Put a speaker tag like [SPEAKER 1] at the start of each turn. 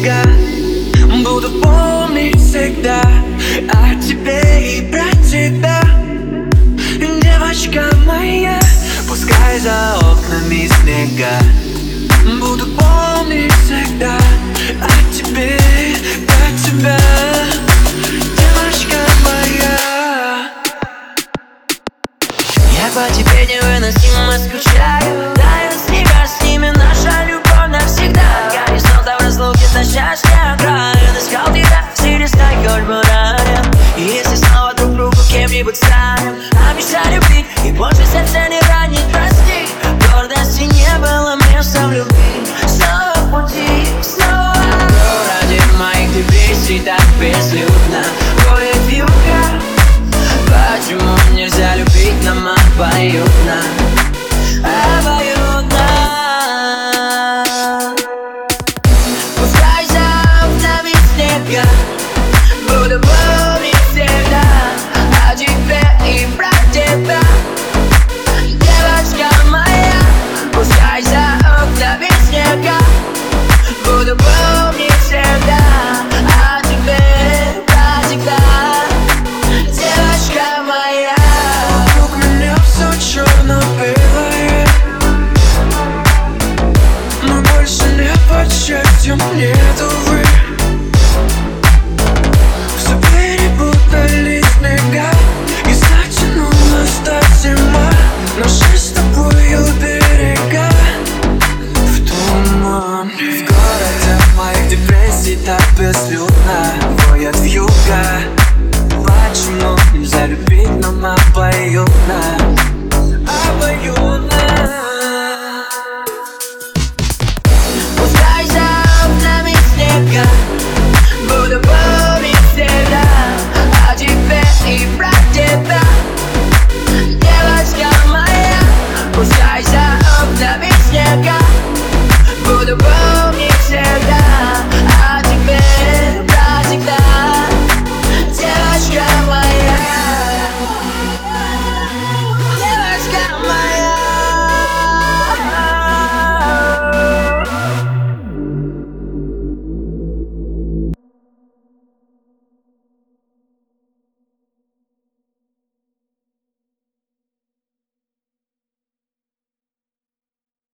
[SPEAKER 1] снега. Буду помнить всегда о тебе и про тебя, девочка моя. Пускай за окнами снега, буду помнить всегда о тебе, про тебя, девочка моя. Я по тебе невыносимо скучаю. Тают снега, с ними наша любовь навсегда. Горизонтом разлуки на счастье окраин. Искал тебя среди стаи, хоть бы ранен. И если снова друг другу кем-нибудь станем, обещай любить и больше сердце не ранить, прости. Гордости не было места в любви. Снова в пути, снова. Ради моих депрессий так безлюдно ходит вьюга. Почему нельзя любить нам обоюдно, обоюдно? Пускай за окнами снега, буду помнить всегда о тебе и про тебя, девочка моя. Пускай за окнами снега, буду помнить всегда о тебе, про тебя, девочка моя. Вокруг меня все черно-белое, но больше не под счастьем нет, увы. Все перепутали снега, и затянулась та зима. Наши с тобою берега в туман. В городе моих депрессий так безлюдно воет вьюга. Почему нельзя любить нам обоюдно?